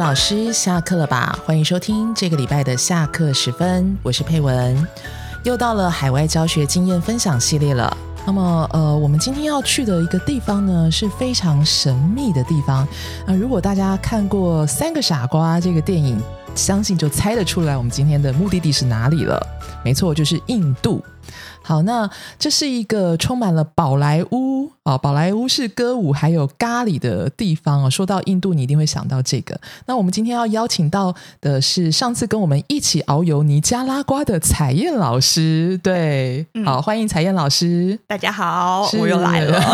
老师下课了吧？欢迎收听这个礼拜的下课时分，我是佩文。又到了海外教学经验分享系列了。那么我们今天要去的一个地方呢，是非常神秘的地方。如果大家看过《三个傻瓜》这个电影，相信就猜得出来我们今天的目的地是哪里了。没错，就是印度。好，那这是一个充满了宝莱坞宝莱坞是歌舞还有咖喱的地方说到印度你一定会想到这个。那我们今天要邀请到的是上次跟我们一起遨游尼加拉瓜的彩燕老师。对，好，欢迎彩燕老师。 大家好，我又来了。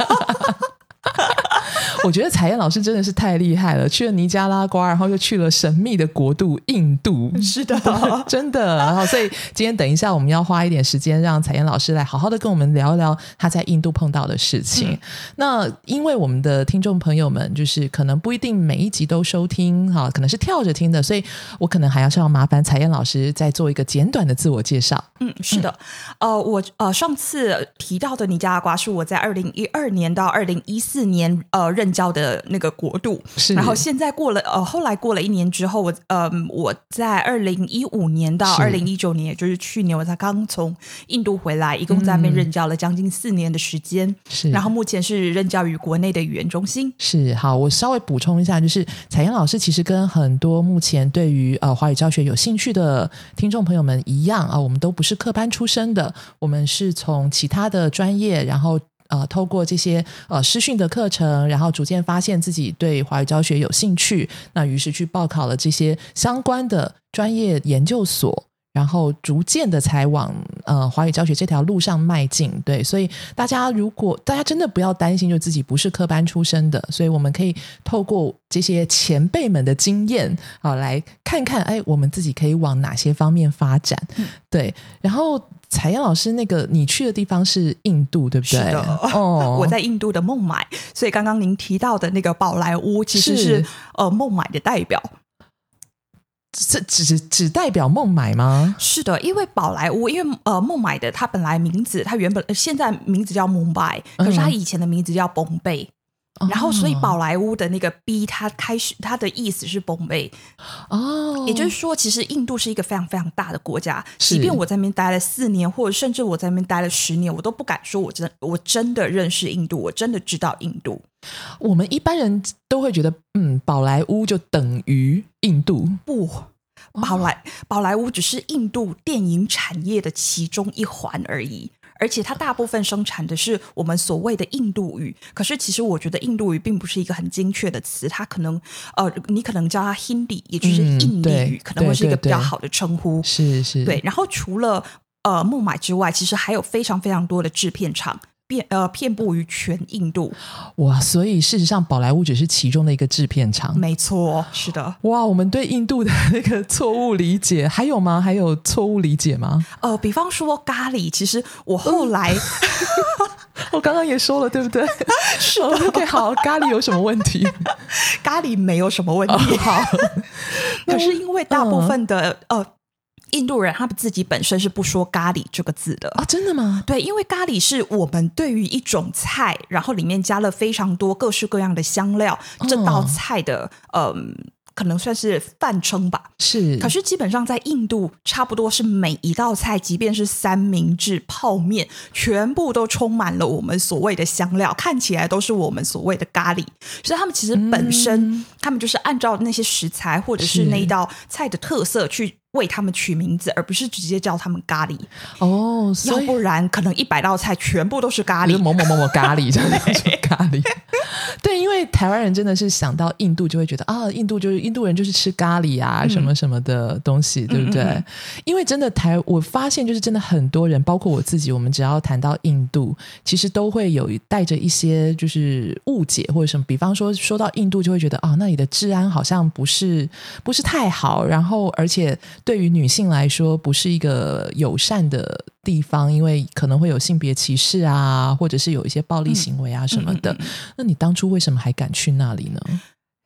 我觉得彩燕老师真的是太厉害了，去了尼加拉瓜，然后又去了神秘的国度印度。 是的， 真的。然后所以今天等一下我们要花一点时间让彩燕老师来好好的跟我们聊一聊他在印度碰到的事情。那因为我们的听众朋友们就是可能不一定每一集都收听，可能是跳着听的，所以我可能还是要麻烦彩燕老师再做一个简短的自我介绍。 是的。我上次提到的尼加拉瓜是我在2012年到2014年任教的那个国度，是。然后现在后来过了1年之后，我在2015年到2019年，也就是去年，我才刚从印度回来，一共在那边任教了将近4年的时间。是。然后目前是任教于国内的语言中心。 是。好，我稍微补充一下，就是彩燕老师其实跟很多目前对于华语教学有兴趣的听众朋友们一样我们都不是科班出身的，我们是从其他的专业，然后透过这些师训的课程，然后逐渐发现自己对华语教学有兴趣，那于是去报考了这些相关的专业研究所，然后逐渐的才往华语教学这条路上迈进。对，所以大家真的不要担心就自己不是科班出身的，所以我们可以透过这些前辈们的经验来看看我们自己可以往哪些方面发展。对。然后彩燕老师，那个你去的地方是印度对不对？ 是的。我在印度的孟买，所以刚刚您提到的那个宝莱坞其实是孟买的代表。 这只代表孟买吗？ 是的，因为宝莱坞，因为孟买的它本来名字，它原本现在名字叫孟买，可是它以前的名字叫崩贝。然后所以宝莱坞的那个 B 它的意思是崩贝。也就是说其实印度是一个非常非常大的国家，即便我在那边待了4年，或者甚至我在那边待了10年，我都不敢说我真的认识印度，我真的知道印度。 我们一般人都会觉得宝莱坞就等于印度。 不，宝莱坞只是印度电影产业的其中一环而已，而且它大部分生产的是我们所谓的印度语。可是其实我觉得印度语并不是一个很精确的词，它可能你可能叫它 Hindi， 也就是印地语，可能会是一个比较好的称呼。 是。 对。然后除了孟买之外，其实还有非常非常多的制片厂遍布于全印度。 哇，所以事实上宝莱坞只是其中的一个制片厂。 没错，是的。 哇，我们对印度的那个错误理解还有吗？还有错误理解吗？ 比方说咖喱，其实我后来我刚刚也说了对不对？是。OK， 好，咖喱有什么问题？ 咖喱没有什么问题。 好。 可是因为大部分的印度人他们自己本身是不说咖喱这个字的。 真的吗？ 对，因为咖喱是我们对于一种菜，然后里面加了非常多各式各样的香料，这道菜的可能算是泛称吧。 是。 可是基本上在印度差不多是每一道菜，即便是三明治、泡面，全部都充满了我们所谓的香料，看起来都是我们所谓的咖喱。所以他们其实本身他们就是按照那些食材或者是那一道菜的特色去为他们取名字，而不是直接叫他们咖喱。要不然可能100道菜全部都是咖喱， 某某某某咖喱这样说咖喱。对，因为台湾人真的是想到印度就会觉得印度人就是吃咖喱什么什么的东西，对不对？因为真的我发现就是真的很多人，包括我自己，我们只要谈到印度，其实都会有带着一些就是误解或者什么。比方说到印度就会觉得那里的治安好像不是太好，然后而且对于女性来说不是一个友善的地方，因为可能会有性别歧视或者是有一些暴力行为什么的。那你当初为什么还敢去那里呢？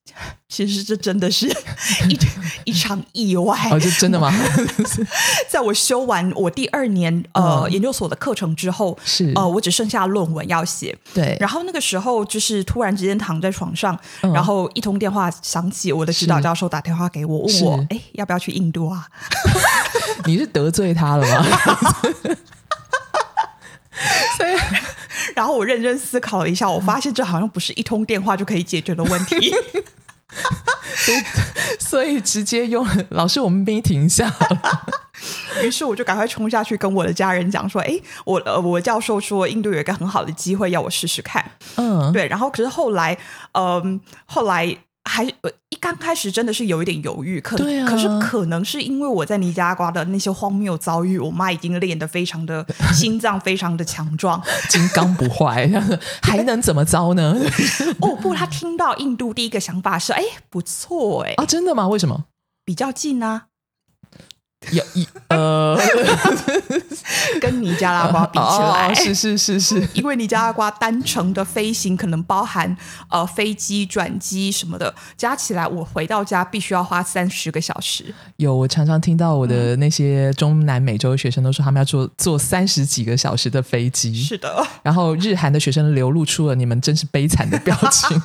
其实这真的是一场意外。 哦，这真的吗？ 在我修完我第2年研究所的课程之后， 是我只剩下论文要写。 对， 然后那个时候就是突然之间躺在床上，然后一通电话响起，我的指导教授打电话给我，问我要不要去印度啊？ 你是得罪他了吗？ 所以然后我认真思考了一下，我发现这好像不是一通电话就可以解决的问题。 所以直接用老师我们帮你停一下好了。 于是我就赶快冲下去跟我的家人讲说，我教授说印度有一个很好的机会要我试试看。对，然后可是后来还刚开始真的是有一点犹豫，可是可能是因为我在尼加拉瓜的那些荒谬遭遇，我妈已经练得非常的心脏非常的强壮， 金刚不坏，还能怎么着呢？ 哦不，她听到印度第一个想法是不错啊， 真的吗？为什么？ 比较近啊。跟尼加拉瓜比起来， 是， 因为尼加拉瓜单程的飞行可能包含飞机转机什么的，加起来我回到家必须要花30个小时。 我常常听到我的那些中南美洲的学生都说他们要坐30几个小时的飞机。 是的， 然后日韩的学生流露出了你们真是悲惨的表情。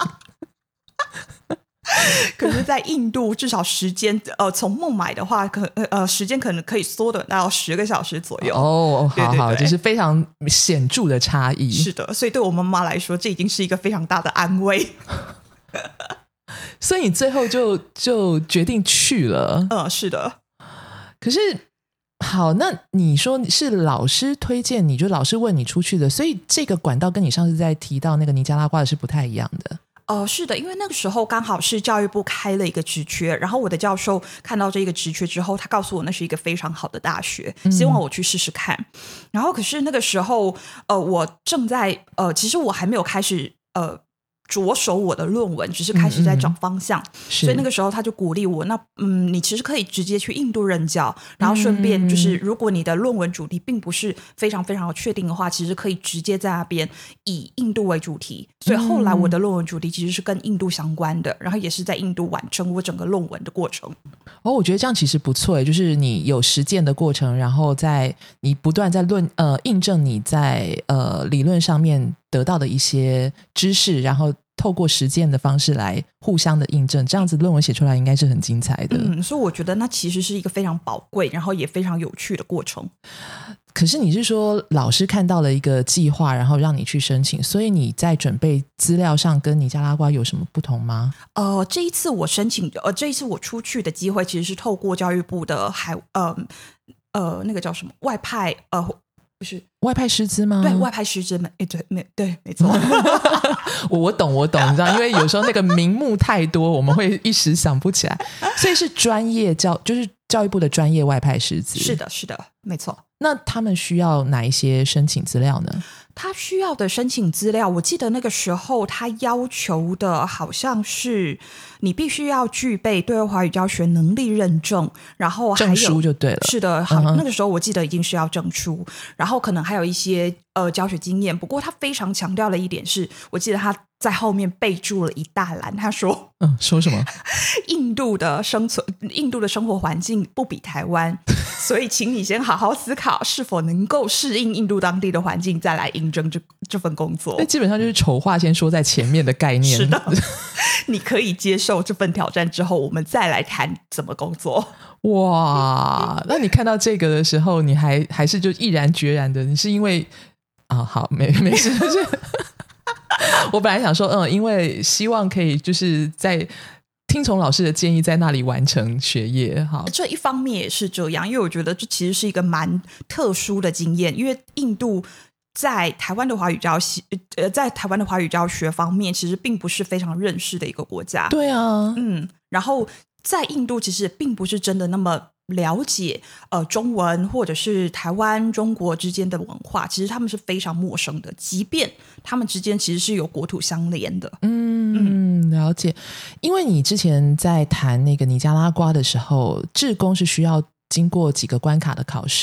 可是在印度至少时间从孟买的话时间可能可以缩短到10个小时左右。 好，这是非常显著的差异。 是的，所以对我妈妈来说这已经是一个非常大的安慰。 所以你最后就决定去了。 是的。 可是好，那你说是老师推荐你，就老师问你出去的，所以这个管道跟你上次在提到那个尼加拉瓜的是不太一样的。 是的，因为那个时候刚好是教育部开了一个职缺，然后我的教授看到这个职缺之后，他告诉我那是一个非常好的大学，希望我去试试看。然后可是那个时候我正在其实我还没有开始着手我的论文，只是开始在找方向。所以那个时候他就鼓励我，那你其实可以直接去印度任教，然后顺便就是如果你的论文主题并不是非常非常确定的话，其实可以直接在那边以印度为主题。所以后来我的论文主题其实是跟印度相关的，然后也是在印度完成我整个论文的过程。 我觉得这样其实不错，就是你有实践的过程，然后你不断在印证你在理论上面得到的一些知识，然后透过实践的方式来互相的印证，这样子论文写出来应该是很精彩的。 所以我觉得那其实是一个非常宝贵然后也非常有趣的过程。 可是你是说老师看到了一个计划然后让你去申请，所以你在准备资料上跟尼加拉瓜有什么不同吗？ 这一次我申请这一次我出去的机会其实是透过教育部的那个叫什么外派不是外派师资吗？ 对，外派师资们，对，没错。 我懂，你知道，因为有时候那个名目太多，我们会一时想不起来，所以是就是教育部的专业外派师资。 是的，没错。 那他们需要哪一些申请资料呢？ 他需要的申请资料，我记得那个时候他要求的好像是你必须要具备对外华语教学能力认证，然后还有证书就对了。 是的，那个时候我记得已经是要证书，然后可能还有一些教学经验。不过他非常强调的一点是，我记得他在后面备注了一大栏，他说说什么？ 印度的生活环境不比台湾，所以请你先好好思考是否能够适应印度当地的环境，再来应征这份工作。 那基本上就是丑话先说在前面的概念。 是的，你可以接受这份挑战之后，我们再来谈怎么工作。 哇，那你看到这个的时候，你还是就毅然决然的？你是因为好没事，就是我本来想说因为希望可以就是在听从老师的建议在那里完成学业。好， 这一方面也是这样，因为我觉得这其实是一个蛮特殊的经验，因为印度在台湾的华语教学方面其实并不是非常认识的一个国家。 对啊， 然后在印度其实并不是真的那么了解中文或者是台湾中国之间的文化，其实他们是非常陌生的，即便他们之间其实是有国土相连的。 了解。因为你之前在谈那个尼加拉瓜的时候，志工是需要经过几个关卡的考试，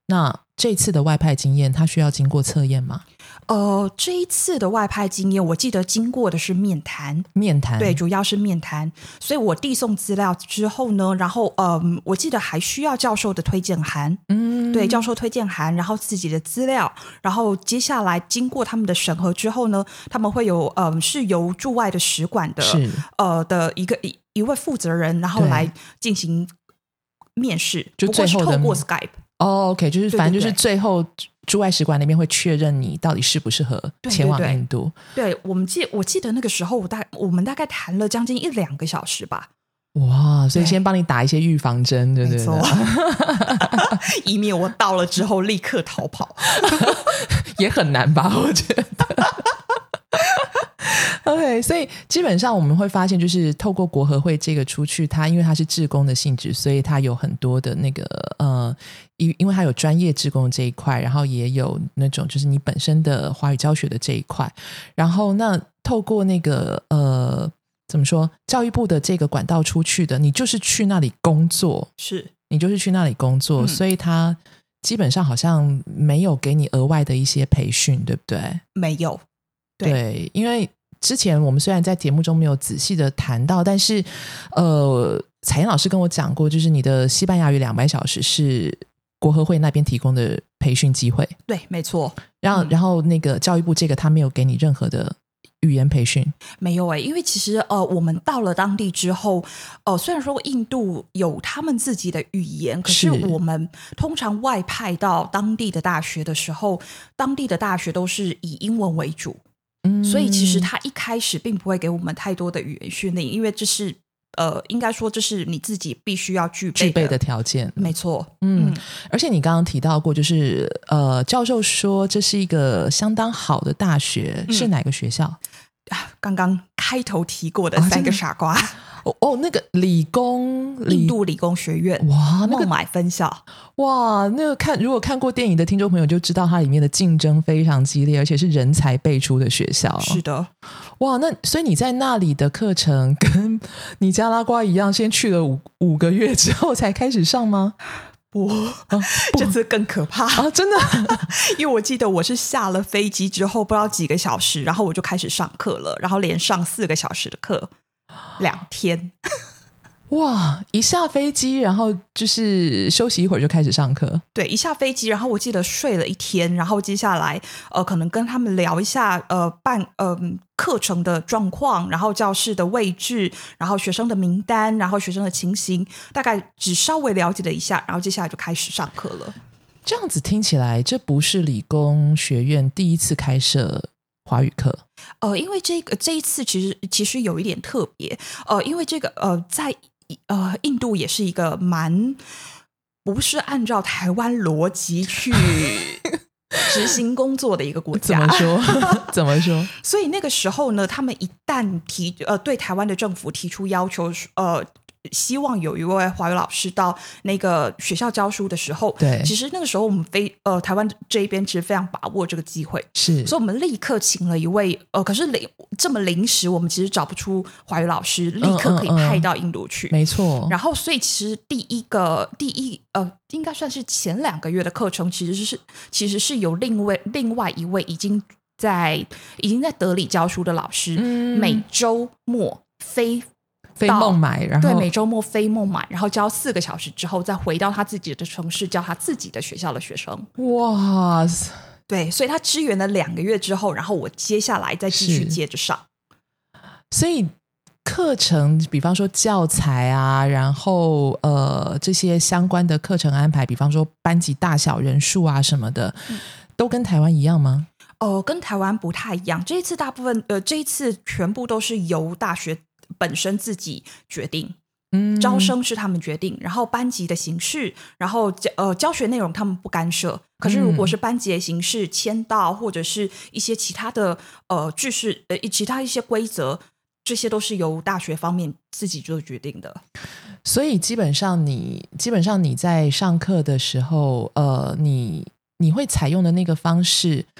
那这次的外派经验它需要经过测验吗？ 这一次的外派经验我记得经过的是面谈，对，主要是面谈。所以我递送资料之后呢，然后我记得还需要教授的推荐函，对，教授推荐函，然后自己的资料，然后接下来经过他们的审核之后呢，他们会有是由驻外的使馆的的一位负责人，然后来进行面试， 就最后的不过是透过 Skype。 OK， 就是反正就是最后驻外使馆那边会确认你到底适不适合前往印度。 对，我记得那个时候我们大概谈了将近1-2个小时吧。 哇，所以先帮你打一些预防针，对不对？没错， 以免我到了之后立刻逃跑， 也很难吧？我觉得。OK， 所以基本上我们会发现，就是透过国合会这个出去，它因为它是志工的性质，所以它有很多的那个因为它有专业志工这一块，然后也有那种就是你本身的华语教学的这一块，然后那透过那个怎么说，教育部的这个管道出去的，你就是去那里工作，你就是去那里工作，所以它基本上好像没有给你额外的一些培训，对不对？ 没有， 对，因为之前我们虽然在节目中没有仔细的谈到，但是彩妍老师跟我讲过，就是你的西班牙语200小时是国合会那边提供的培训机会。 对，没错。 然后那个教育部这个他没有给你任何的语言培训？ 没有因为其实我们到了当地之后，虽然说印度有他们自己的语言，可是我们通常外派到当地的大学的时候，当地的大学都是以英文为主。所以其实他一开始并不会给我们太多的语言训练，因为这是应该说这是你自己必须要具备的条件。没错。 而且你刚刚提到过，就是教授说这是一个相当好的大学，是哪个学校？ 刚刚开头提过的3个傻瓜。 那个印度理工学院， 哇， 孟买分校， 哇，那个如果看过电影的听众朋友就知道它里面的竞争非常激烈，而且是人才辈出的学校。 是的， 哇，那所以你在那里的课程跟尼加拉瓜一样，先去了5个月之后才开始上吗？ 不，这次更可怕啊！真的， 因为我记得我是下了飞机之后不知道几个小时，然后我就开始上课了，然后连上4个小时的课，2天。 哇！一下飞机，然后就是休息一会儿就开始上课。 对，一下飞机，然后我记得睡了1天，然后接下来可能跟他们聊一下课程的状况，然后教室的位置，然后学生的名单，然后学生的情形，大概只稍微了解了一下，然后接下来就开始上课了。 这样子听起来，这不是理工学院第一次开设华语课。 因为这一次其实有一点特别，因为这个在印度也是一个不是按照台湾逻辑去执行工作的一个国家。 怎么说？ 所以那个时候呢，他们一旦对台湾的政府提出要求，希望有一位华语老师到那个学校教书的时候， 对， 其实那个时候我们台湾这一边其实非常把握这个机会， 是， 所以我们立刻请了一位可是这么临时，我们其实找不出华语老师，立刻可以派到印度去， 没错。 然后所以其实应该算是前2个月的课程，其实是有另外一位已经在德里教书的老师，每周末飞孟买，然后对，每周末飞孟买，然后教4个小时之后，再回到他自己的城市教他自己的学校的学生。 哇， 对，所以他支援了2个月之后，然后我接下来再继续接着上。 所以课程，比方说教材啊，然后这些相关的课程安排，比方说班级大小、人数啊什么的，都跟台湾一样吗？ 跟台湾不太一样。这一次全部都是由大学本身自己决定，招生是他们决定，然后班级的形式，然后教学内容他们不干涉。可是如果是班级的形式、签到或者是一些其他的制式其他一些规则，这些都是由大学方面自己做决定的。 所以基本上你在上课的时候，你会采用的那个方式，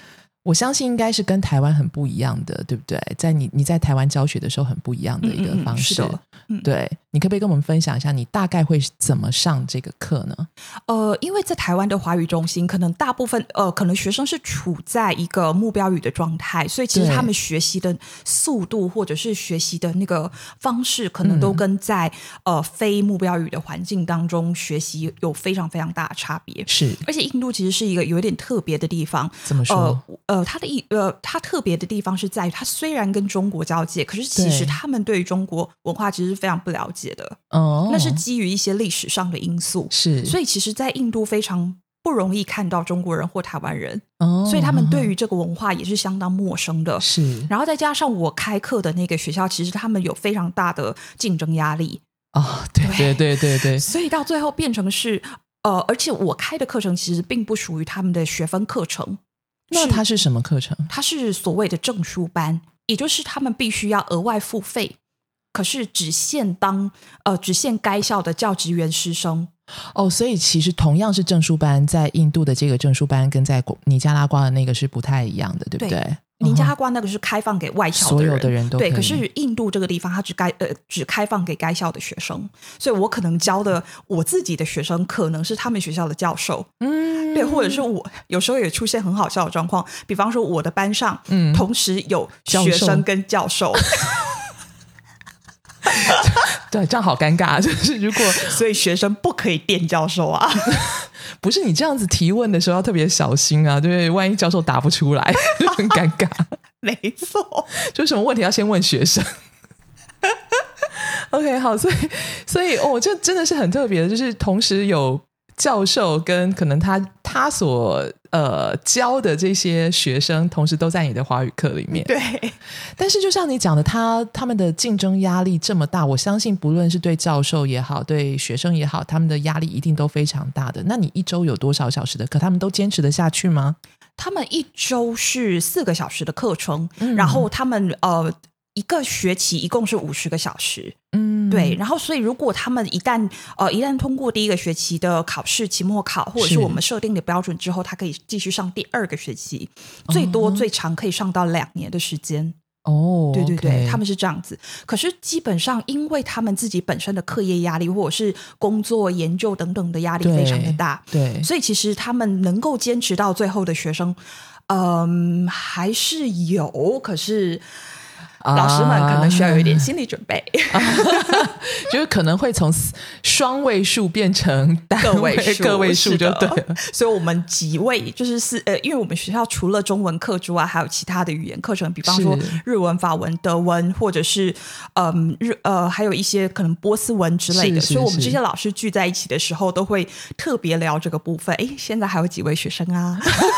我相信应该是跟台湾很不一样的，对不对？在你在台湾教学的时候很不一样的一个方式。 是的， 对，你可不可以跟我们分享一下你大概会怎么上这个课呢？ 因为在台湾的华语中心，可能大部分可能学生是处在一个目标语的状态，所以其实他们学习的速度或者是学习的那个方式，可能都跟在非目标语的环境当中学习有非常非常大的差别。 是， 而且印度其实是一个有点特别的地方。 怎么说？ 它特别的地方是在于，它虽然跟中国交界，可是其实他们对于中国文化其实是非常不了解的。那是基于一些历史上的因素。 是， 所以其实在印度非常不容易看到中国人或台湾人。所以他们对于这个文化也是相当陌生的。 是， 然后再加上我开课的那个学校，其实他们有非常大的竞争压力。 对， 所以到最后变成是而且我开的课程其实并不属于他们的学分课程。 那它是什么课程？ 它是所谓的证书班，也就是他们必须要额外付费，可是只限该校的教职员师生。 所以其实同样是证书班，在印度的这个证书班跟在尼加拉瓜的那个是不太一样的，对不对？ 尼加拉瓜那个是开放给外校的人， 所有的人都可以。 对，可是印度这个地方它只开放给该校的学生，所以我可能教的我自己的学生可能是他们学校的教授。对，或者是我有时候也出现很好笑的状况，比方说我的班上同时有学生跟教授。 对，这样好尴尬。就是如果所以学生不可以电教授啊。 不是，你这样子提问的时候要特别小心啊，对不对？万一教授答不出来就很尴尬。 没错， 就什么问题要先问学生。OK， 好，所以这真的是很特别的，就是同时有教授跟可能他所教的这些学生同时都在你的华语课里面。 对， 但是就像你讲的，他们的竞争压力这么大，我相信不论是对教授也好，对学生也好，他们的压力一定都非常大的。那你一周有多少小时的课？他们都坚持得下去吗？ 他们一周是4个小时的课程，然后他们一个学期一共是50个小时。对，然后所以如果他们一旦通过第一个学期的考试，期末考或者是我们设定的标准之后，他可以继续上第2个学期，最多最长可以上到2年的时间。对对对，他们是这样子。可是基本上因为他们自己本身的课业压力或者是工作研究等等的压力非常的大， 对， 所以其实他们能够坚持到最后的学生还是有，可是老师们可能需要有一点心理准备。 就是可能会从双位数变成个位数就对了。 所以我们几位就是因为我们学校除了中文课之外还有其他的语言课程，比方说日文、法文、德文，或者是还有一些可能波斯文之类的。所以我们这些老师聚在一起的时候都会特别聊这个部分。现在还有几位学生啊？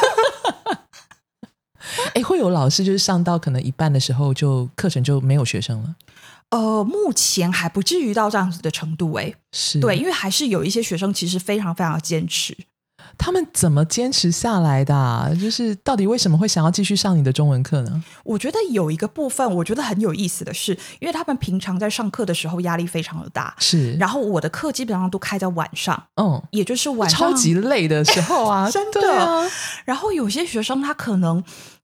会有老师就是上到可能一半的时候课程就没有学生了？ 目前还不至于到这样子的程度。 是，对， 因为还是有一些学生其实非常非常坚持。 他们怎么坚持下来的啊？就是到底为什么会想要继续上你的中文课呢？ 我觉得有一个部分我觉得很有意思的是，因为他们平常在上课的时候压力非常的大， 是，然后我的课基本上都开在晚上，也就是晚上超级累的时候啊。 真的。然后有些学生他可能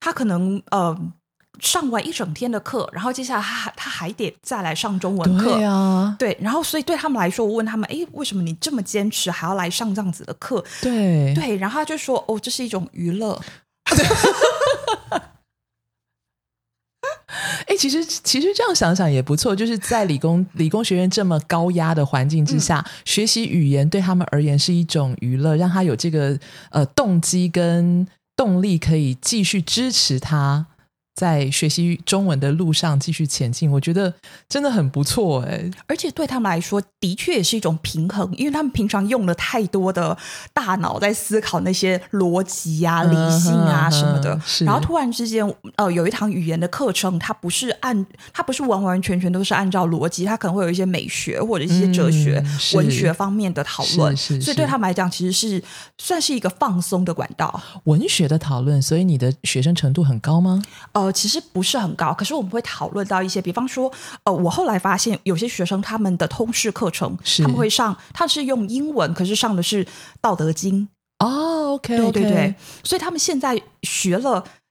上完一整天的课，然后接下来他还得再来上中文课。对，然后所以对他们来说，我问他们为什么你这么坚持还要来上这样子的课？对，然后他就说这是一种娱乐。 其实这样想想也不错，就是在理工学院这么高压的环境之下，学习语言对他们而言是一种娱乐，让他有这个动机跟动力可以继续支持他在学习中文的路上继续前进。我觉得真的很不错。 而且对他们来说的确也是一种平衡，因为他们平常用了太多的大脑在思考那些逻辑啊、理性啊什么的，然后突然之间有一堂语言的课程，它不是完完全全都是按照逻辑，它可能会有一些美学或者一些哲学、文学方面的讨论，所以对他们来讲其实是算是一个放松的管道。 文学的讨论，所以你的学生程度很高吗？ 其实不是很高，可是我们会讨论到一些，比方说我后来发现有些学生他们的通识课程他们会上，他是用英文，可是上的是道德经。 OK， 对，所以他们现在学了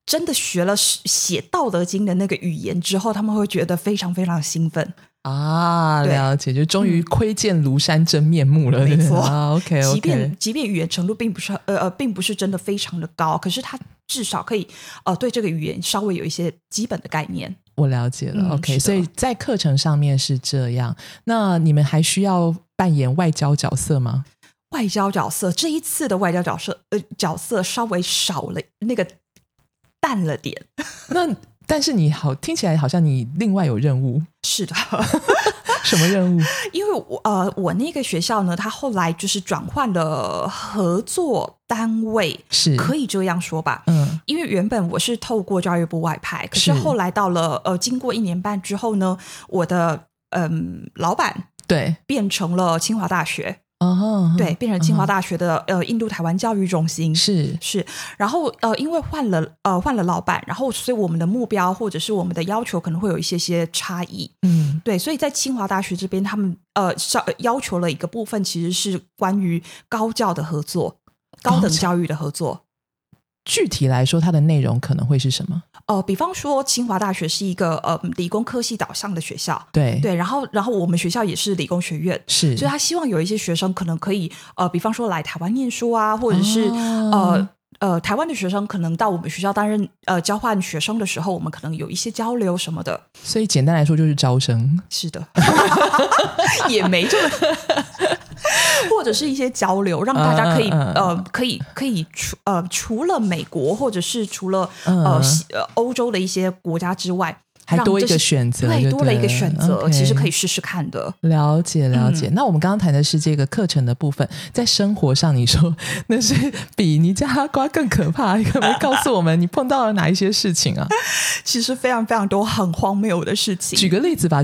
真的学了写《道德经》的那个语言之后，他们会觉得非常非常兴奋啊。了解，就终于窥见庐山真面目了。 没错 ，OK， 即便语言程度并不是真的非常的高，可是他至少可以对这个语言稍微有一些基本的概念。 我了解了，OK，所以在课程上面是这样。那你们还需要扮演外交角色吗？ 外交角色，这一次的外交角色稍微少了，那个淡了点。 但是你听起来好像你另外有任务。 是的。 什么任务？ 因为我那个学校呢，它后来就是转换了合作单位， 是可以这样说吧。因为原本我是透过教育部外派，可是后来到了经过1年半之后呢，我的老板对变成了清华大学。对，变成清华大学的印度台湾教育中心。是，然后因为换了老板，然后所以我们的目标或者是我们的要求可能会有一些差异。对，所以在清华大学这边，他们要求了一个部分，其实是关于高教的合作，高等教育的合作。 具体来说，它的内容可能会是什么？ 比方说清华大学是一个理工科系导向的学校， 对， 然后我们学校也是理工学院， 是， 所以他希望有一些学生可能可以比方说来台湾念书啊，或者是台湾的学生可能到我们学校担任交换学生的时候，我们可能有一些交流什么的。 所以简单来说就是招生。 是的。也没这么或者是一些交流，让大家可以除了美国或者是除了欧洲的一些国家之外， 还多一个选择。 对，多了一个选择，其实可以试试看的。 了解。那我们刚刚谈的是这个课程的部分，在生活上你说那是比尼加拉瓜更可怕，可不可以告诉我们你碰到了哪一些事情啊？ 其实非常非常多很荒谬的事情。 举个例子吧。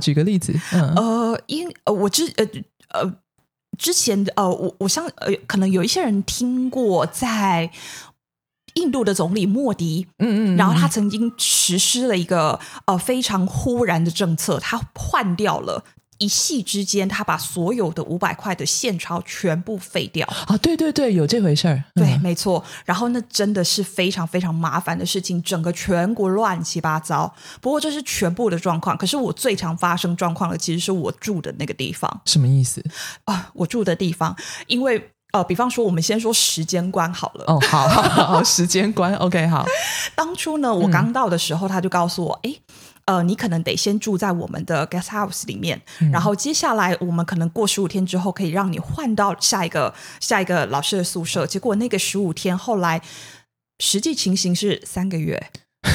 之前我可能有一些人听过，在印度的总理莫迪，然后他曾经实施了一个非常忽然的政策，他换掉了。一夕之间，他把所有的500块的现钞全部废掉啊！对，有这回事儿。 对，没错。然后那真的是非常非常麻烦的事情，整个全国乱七八糟。不过这是全部的状况，可是我最常发生状况的其实是我住的那个地方。 什么意思啊？我住的地方，因为比方说我们先说时间观好了。 好，时间观 OK 好。 当初呢，我刚到的时候，他就告诉我，你可能得先住在我们的 guest house 里面，然后接下来我们可能过15天之后可以让你换到下一个老师的宿舍。结果那个15天后来实际情形是3个月。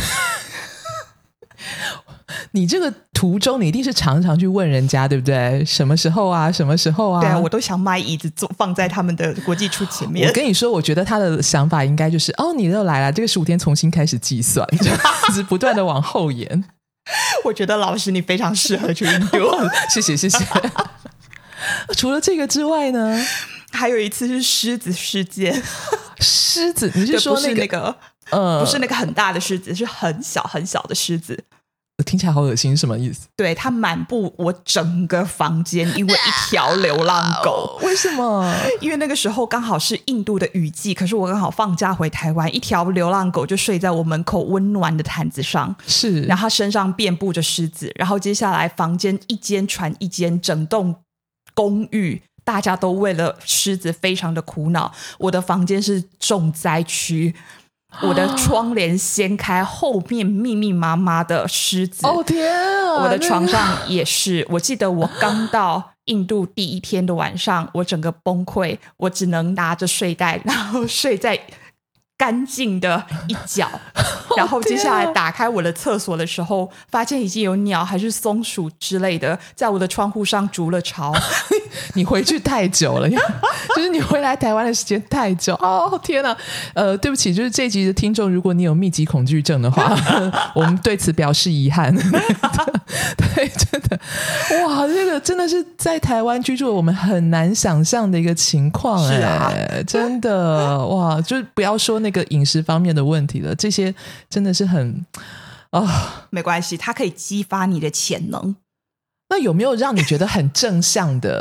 你这个途中你一定是常常去问人家，对不对？什么时候啊？对啊，我都想买椅子放在他们的国际处前面。 我跟你说，我觉得他的想法应该就是你又来了，这个15天重新开始计算，一直不断的往后延。 我觉得老师你非常适合去印度。 谢谢。除了这个之外呢， 还有一次是狮子事件。 狮子？你是说那个不是那个很大的狮子，是很小很小的狮子。 听起来好恶心，什么意思？ 对，它满布我整个房间，因为一条流浪狗。 为什么？ 因为那个时候刚好是印度的雨季，可是我刚好放假回台湾，一条流浪狗就睡在我门口温暖的毯子上， 是， 然后它身上遍布着虱子，然后接下来房间一间传一间，整栋公寓大家都为了虱子非常的苦恼。我的房间是重灾区，我的窗帘掀开，后面密密麻麻的虱子。 天啊！ 我的床上也是。我记得我刚到印度第1天的晚上，我整个崩溃，我只能拿着睡袋，然后睡在干净的一角。然后接下来打开我的厕所的时候，发现已经有鸟还是松鼠之类的在我的窗户上筑了巢。 你回去太久了，就是你回来台湾的时间太久。天哪！对不起，就是这一集的听众，如果你有密集恐惧症的话，我们对此表示遗憾。对，真的，哇，这个真的是在台湾居住我们很难想象的一个情况。 是啊， 真的，哇，就不要说那个饮食方面的问题了，这些真的是很没关系，它可以激发你的潜能。 那有没有让你觉得很正向的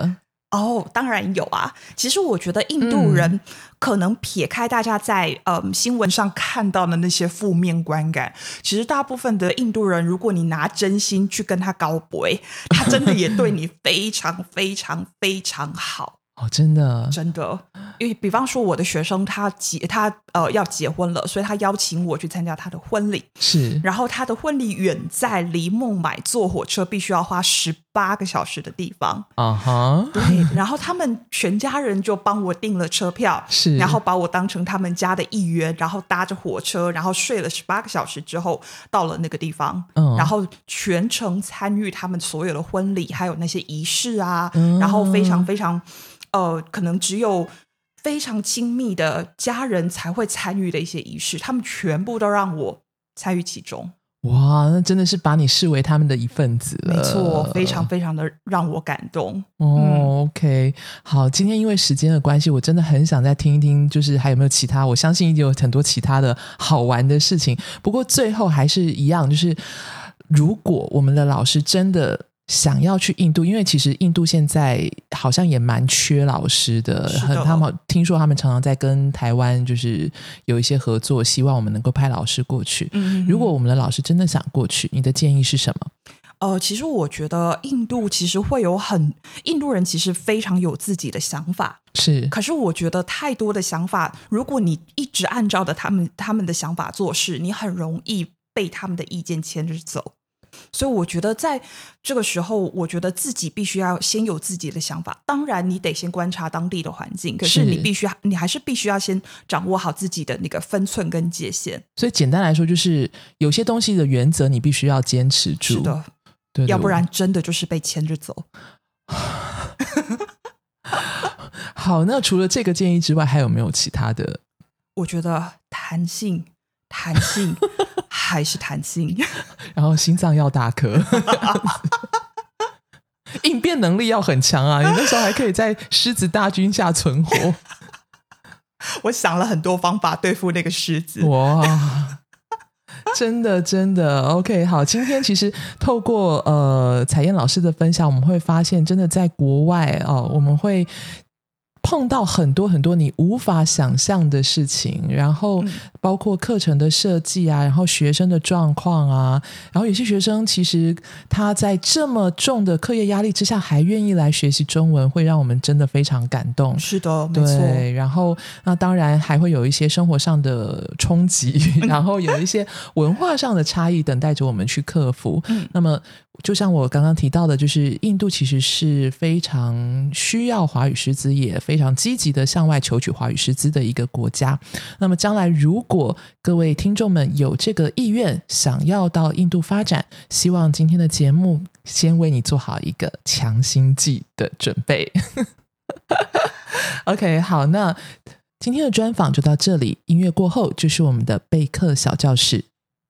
当然有啊。其实我觉得印度人可能撇开大家在新闻上看到的那些负面观感，其实大部分的印度人，如果你拿真心去跟他高博，他真的也对你非常非常非常好。 真的因为比方说我的学生他要结婚了，所以他邀请我去参加他的婚礼， 是， 然后他的婚礼远在离孟买坐火车必须要花18个小时的地方对，然后他们全家人就帮我订了车票， 是， 然后把我当成他们家的一员，然后搭着火车，然后睡了18个小时之后到了那个地方，然后全程参与他们所有的婚礼还有那些仪式啊，然后非常非常可能只有非常亲密的家人才会参与的一些仪式，他们全部都让我参与其中。 哇，那真的是把你视为他们的一份子了。 没错，非常非常的让我感动。 OK， 好，今天因为时间的关系，我真的很想再听一听，就是还有没有其他，我相信一定有很多其他的好玩的事情。不过最后还是一样，就是如果我们的老师真的想要去印度，因为其实印度现在好像也蛮缺老师的，他们听说他们常常在跟台湾就是有一些合作，希望我们能够派老师过去。如果我们的老师真的想过去，你的建议是什么？ 其实我觉得印度其实会有印度人其实非常有自己的想法， 是。 可是我觉得太多的想法，如果你一直按照的他们的想法做事，你很容易被他们的意见牵着走。所以我觉得在这个时候，我觉得自己必须要先有自己的想法。当然你得先观察当地的环境，可是你还是必须要先掌握好自己的那个分寸跟界限。 所以简单来说，就是有些东西的原则你必须要坚持住。 是的， 对， 要不然真的就是被牵着走。 好，那除了这个建议之外，还有没有其他的？ 我觉得弹性还是弹性， 然后心脏要大颗，应变能力要很强啊！你那时候还可以在狮子大军下存活。 我想了很多方法对付那个狮子。 哇，真的 OK。 好，今天其实透过彩燕老师的分享，我们会发现真的在国外我们会碰到很多很多你无法想象的事情，然后包括课程的设计啊，然后学生的状况啊，然后有些学生其实他在这么重的课业压力之下还愿意来学习中文，会让我们真的非常感动。 是的，没错。 对，然后那当然还会有一些生活上的冲击，然后有一些文化上的差异等待着我们去克服。那么就像我刚刚提到的，就是印度其实是非常需要华语师资，也非常积极的向外求取华语师资的一个国家。那么将来如果各位听众们有这个意愿想要到印度发展，希望今天的节目先为你做好一个强心剂的准备。OK， 好，那今天的专访就到这里，音乐过后就是我们的备课小教室。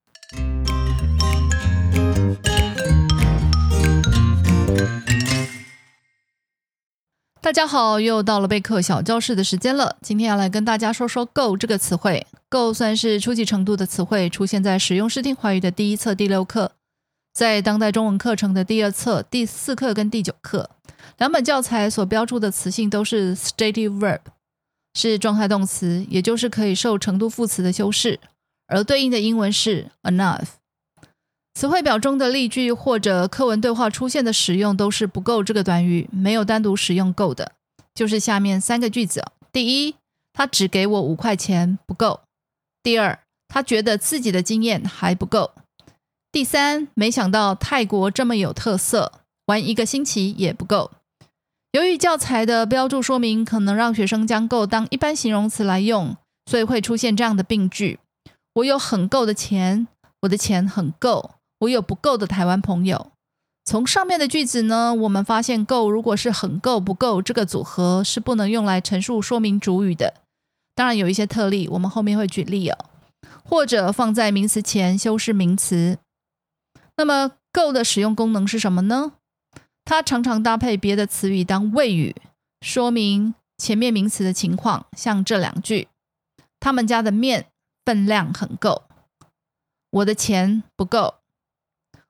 大家好，又到了备课小教室的时间了。今天要来跟大家说说 Go 这个词汇。Go 算是初级程度的词汇，出现在实用视听华语的第1册第6课，在当代中文课程的第2册第4课跟第9课。两本教材所标注的词性都是 stative verb， 是状态动词，也就是可以受程度副词的修饰，而对应的英文是 enough。词汇表中的例句或者课文对话出现的使用都是不够这个短语，没有单独使用够的。就是下面3个句子。第一，他只给我5块钱，不够。第二，他觉得自己的经验还不够。第三，没想到泰国这么有特色，玩1个星期也不够。由于教材的标注说明可能让学生将够当一般形容词来用，所以会出现这样的病句：我有很够的钱，我的钱很够，我有不够的台湾朋友。从上面的句子呢，我们发现够如果是很够不够这个组合是不能用来陈述说明主语的，当然有一些特例，我们后面会举例哦。或者放在名词前修饰名词。那么够的使用功能是什么呢？它常常搭配别的词语当谓语，说明前面名词的情况，像这2句：他们家的面分量很够，我的钱不够。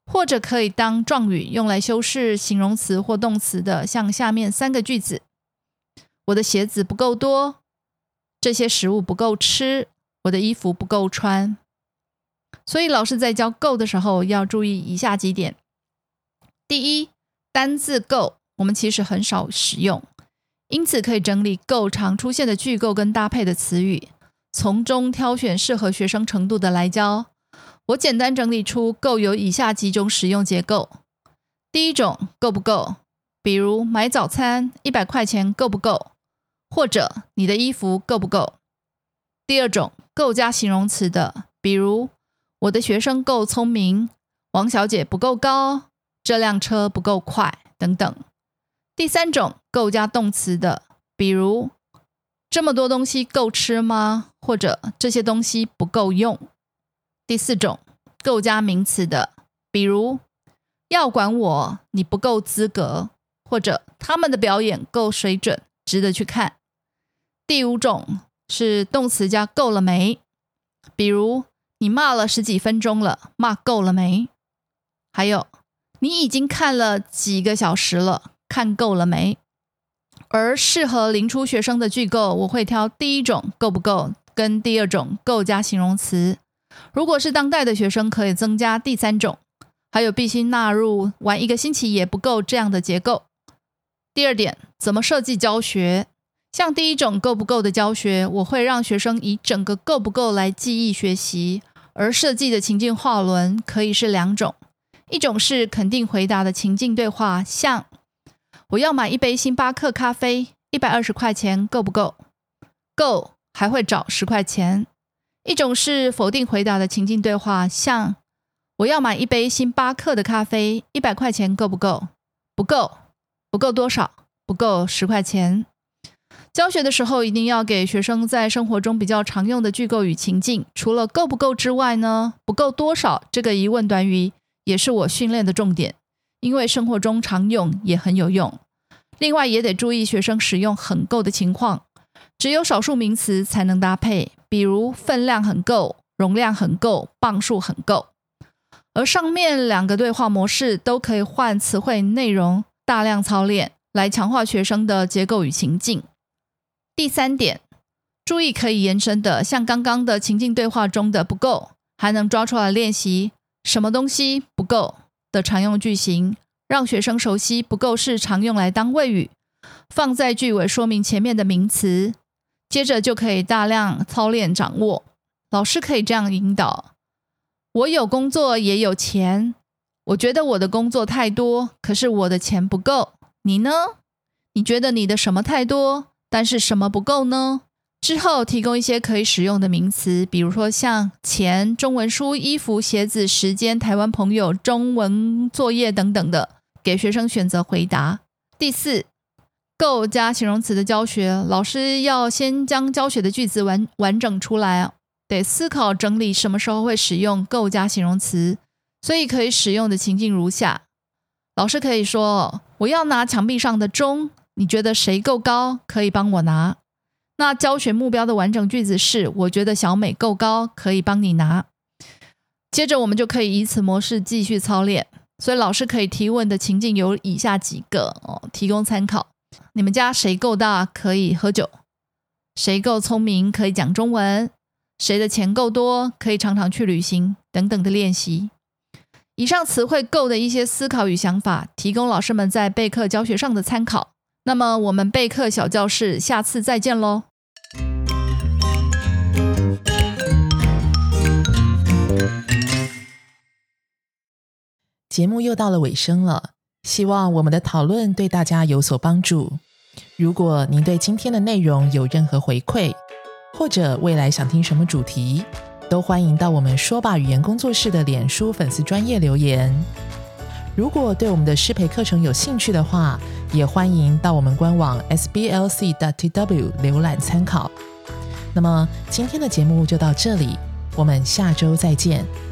或者可以当状语用来修饰形容词或动词的，像下面3个句子：我的鞋子不够多，这些食物不够吃，我的衣服不够穿。所以老师在教够的时候要注意以下几点。第一，单字够我们其实很少使用，因此可以整理够常出现的句构跟搭配的词语，从中挑选适合学生程度的来教。我简单整理出够有以下几种使用结构。第一种，够不够，比如买早餐100块钱够不够，或者你的衣服够不够。第二种，够加形容词的，比如我的学生够聪明，王小姐不够高，这辆车不够快等等。第三种，够加动词的，比如这么多东西够吃吗？或者这些东西不够用。第四种，够加名词的，比如要管我，你不够资格，或者他们的表演够水准，值得去看。第五种是动词加够了没，比如你骂了10几分钟了，骂够了没？还有你已经看了几个小时了，看够了没？而适合零初学生的句构，我会挑第一种够不够跟第二种够加形容词。如果是当代的学生，可以增加第三种，还有必须纳入玩1个星期也不够这样的结构。第二点，怎么设计教学？像第一种够不够的教学，我会让学生以整个够不够来记忆学习，而设计的情境话轮可以是2种，一种是肯定回答的情境对话，像我要买1杯星巴克咖啡，120块钱够不够？够，还会找10块钱。一种是否定回答的情境对话，像我要买1杯星巴克的咖啡，100块钱够不够？不够。不够多少？不够10块钱。教学的时候一定要给学生在生活中比较常用的句构与情境，除了够不够之外呢，不够多少这个疑问短语也是我训练的重点，因为生活中常用也很有用。另外也得注意学生使用很够的情况，只有少数名词才能搭配，比如分量很够、容量很够、磅数很够。而上面2个对话模式都可以换词汇内容大量操练，来强化学生的结构与情境。第3点，注意可以延伸的，像刚刚的情境对话中的不够，还能抓出来练习什么东西不够的常用句型，让学生熟悉不够是常用来当谓语，放在句尾说明前面的名词，接着就可以大量操练掌握。老师可以这样引导：我有工作也有钱，我觉得我的工作太多，可是我的钱不够，你呢？你觉得你的什么太多，但是什么不够呢？之后提供一些可以使用的名词，比如说像钱、中文书、衣服、鞋子、时间、台湾朋友、中文作业等等的，给学生选择回答。第4，够加形容词的教学，老师要先将教学的句子完整出来，得思考整理什么时候会使用够加形容词，所以可以使用的情境如下。老师可以说，我要拿墙壁上的钟，你觉得谁够高，可以帮我拿。那教学目标的完整句子是，我觉得小美够高，可以帮你拿。接着我们就可以以此模式继续操练，所以老师可以提问的情境有以下几个，提供参考。你们家谁够大可以喝酒？谁够聪明可以讲中文？谁的钱够多可以常常去旅行？等等的练习。以上词汇够的一些思考与想法，提供老师们在备课教学上的参考。那么我们备课小教室下次再见咯。 节目又到了尾声了，希望我们的讨论对大家有所帮助。如果您对今天的内容有任何回馈，或者未来想听什么主题，都欢迎到我们说吧语言工作室的脸书粉丝专页留言。如果对我们的师培课程有兴趣的话，也欢迎到我们官网 sblc.tw 浏览参考。那么今天的节目就到这里，我们下周再见。